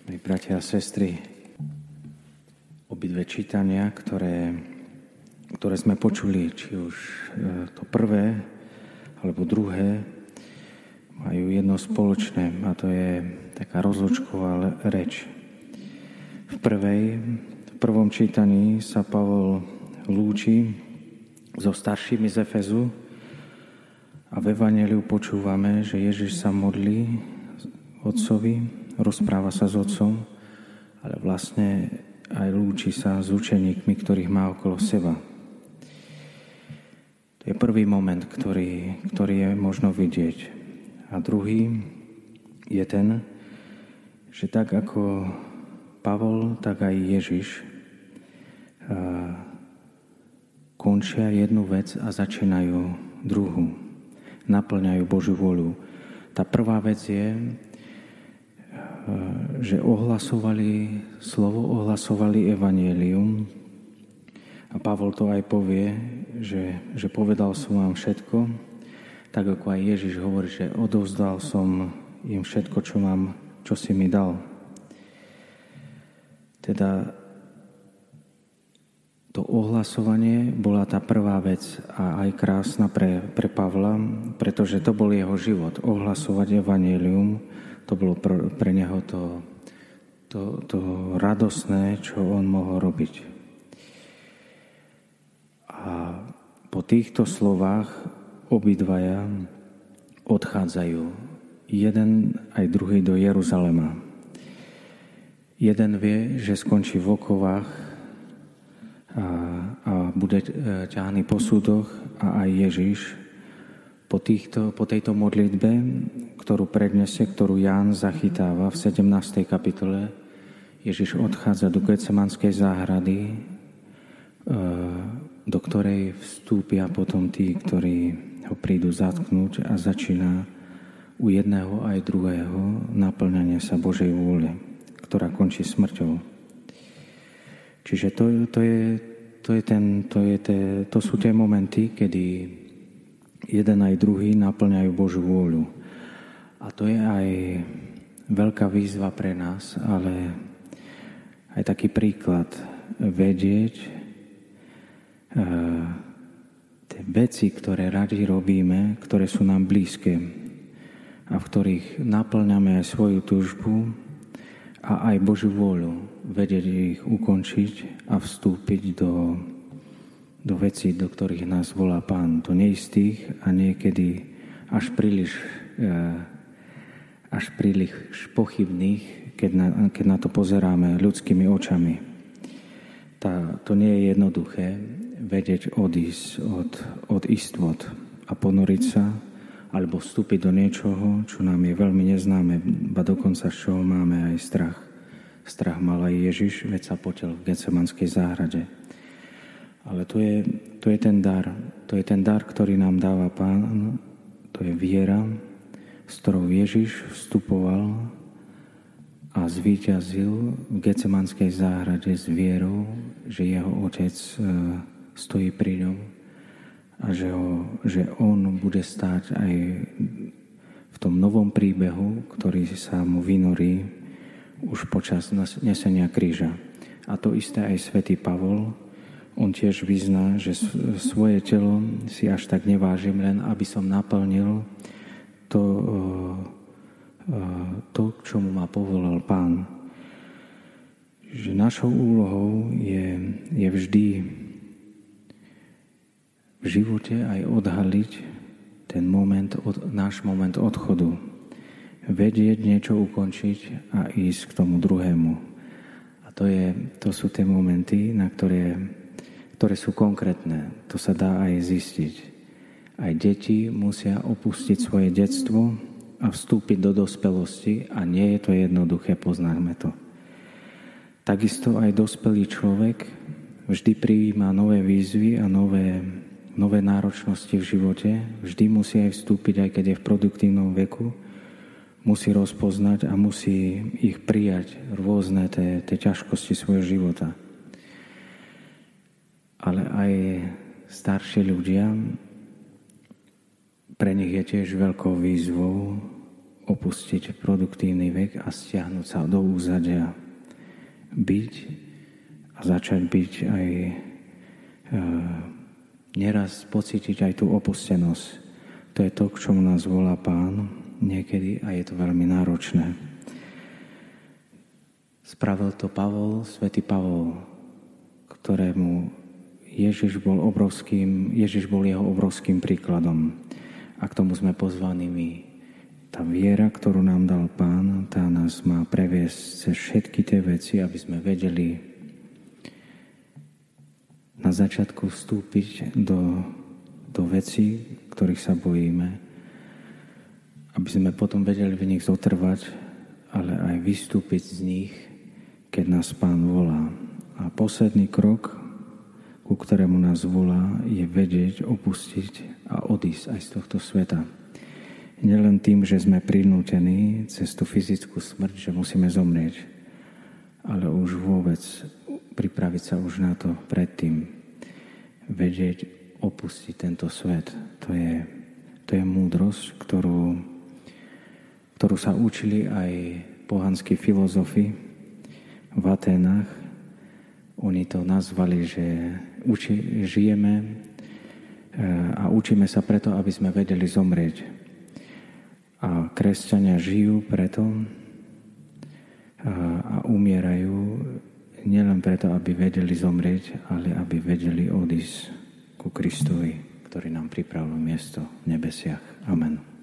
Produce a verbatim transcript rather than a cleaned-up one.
Milí bratia a sestry, obidve čítania, ktoré, ktoré sme počuli, či už to prvé alebo druhé, majú jedno spoločné, a to je taká rozlúčková reč. V, prvej, v prvom čítaní sa Pavol lúči so staršími z Efezu a v Evanjeliu počúvame, že Ježiš sa modlí Otcovi, rozpráva sa s Otcom, ale vlastne aj lúči sa s učeníkmi, ktorých má okolo seba. To je prvý moment, ktorý, ktorý je možno vidieť. A druhý je ten, že tak ako Pavol, tak aj Ježiš končia jednu vec a začínajú druhú. Naplňajú Božiu vôľu. Tá prvá vec je, že ohlasovali slovo, ohlasovali evanjelium. A Pavol to aj povie, že, že povedal som vám všetko, tak ako aj Ježiš hovorí, že odovzdal som im všetko, čo mám, čo si mi dal. Teda to ohlasovanie bola tá prvá vec a aj krásna pre, pre Pavla, pretože to bol jeho život. Ohlasovať evanjelium, to bolo pre, pre neho to, to, to radosné, čo on mohol robiť. A po týchto slovách obidvaja odchádzajú. Jeden aj druhý do Jeruzalema. Jeden vie, že skončí v okovách a, a bude ťahaný po súdoch, a aj Ježiš po, týchto, po tejto modlitbe, ktorú predniesie, ktorú Ján zachytáva v sedemnástej kapitole, Ježiš odchádza do Getsemanskej záhrady, do ktorej vstúpia potom tí, ktorí ho prídu zatknúť, a začína u jedného aj druhého naplňanie sa Božej vôle, ktorá končí smrťou. Čiže to, to, je, to, je ten, to, je te, to sú tie momenty, kedy jeden aj druhý naplňajú Božiu vôľu. A to je aj veľká výzva pre nás, ale aj taký príklad vedieť e, tie veci, ktoré radi robíme, ktoré sú nám blízke a v ktorých naplňame aj svoju túžbu a aj Božiu vôľu, vedieť ich ukončiť a vstúpiť do do vecí, do ktorých nás volá Pán, do neistých a niekedy až príliš, až príliš pochybných, keď na, keď na to pozeráme ľudskými očami. Tá, to nie je jednoduché vedieť odísť od, od istot a ponoriť sa, alebo vstúpiť do niečoho, čo nám je veľmi neznáme, ba dokonca z čoho máme aj strach. Strach mal aj Ježiš, veď sa potil v Getsemanskej záhrade. Ale to je, to je ten dar. To je ten dar, ktorý nám dáva Pán. To je viera, s ktorou Ježiš vstupoval a zvíťazil v Getsemanskej záhrade s vierou, že jeho Otec stojí pri ňom a že, ho, že on bude stáť aj v tom novom príbehu, ktorý sa mu vynorí už počas nesenia kríža. A to isté aj svätý Pavol. On tiež vyzná, že svoje telo si až tak nevážim, len aby som naplnil to, to, k čomu ma povolal Pán. Že našou úlohou je, je vždy v živote aj odhaliť ten moment, od, náš moment odchodu. Vedieť niečo ukončiť a ísť k tomu druhému. A to, je, to sú tie momenty, na ktoré ktoré sú konkrétne. To sa dá aj zistiť. Aj deti musia opustiť svoje detstvo a vstúpiť do dospelosti a nie je to jednoduché, poznáme to. Takisto aj dospelý človek vždy prijíma nové výzvy a nové, nové náročnosti v živote. Vždy musí aj vstúpiť, aj keď je v produktívnom veku. Musí rozpoznať a musí ich prijať, rôzne tie, tie ťažkosti svojho života. Ale aj starší ľudia, pre nich je tiež veľkou výzvou opustiť produktívny vek a stiahnuť sa do úzadia, byť a začať byť aj e, neraz pocítiť aj tú opustenosť. To je to, k čomu nás volá Pán niekedy a je to veľmi náročné. Spravil to Pavol, svätý Pavol, ktorému Ježiš bol obrovským, Ježiš bol jeho obrovským príkladom. A k tomu sme pozvaní my. Tá viera, ktorú nám dal Pán, tá nás má previesť cez všetky tie veci, aby sme vedeli na začiatku vstúpiť do, do vecí, ktorých sa bojíme, aby sme potom vedeli v nich zotrvať, ale aj vystúpiť z nich, keď nás Pán volá. A posledný krok, ku ktorému nás volá, je vedieť, opustiť a odísť aj z tohto sveta. Nielen tým, že sme prinútení cez tú fyzickú smrť, že musíme zomrieť, ale už vôbec pripraviť sa už na to predtým. Vedieť, opustiť tento svet. To je, to je múdrosť, ktorú, ktorú sa učili aj pohanskí filozofi v Aténach. Oni to nazvali, že uči, žijeme a učíme sa preto, aby sme vedeli zomrieť. A kresťania žijú preto a umierajú nielen preto, aby vedeli zomrieť, ale aby vedeli odísť ku Kristovi, ktorý nám pripravil miesto v nebesiach. Amen.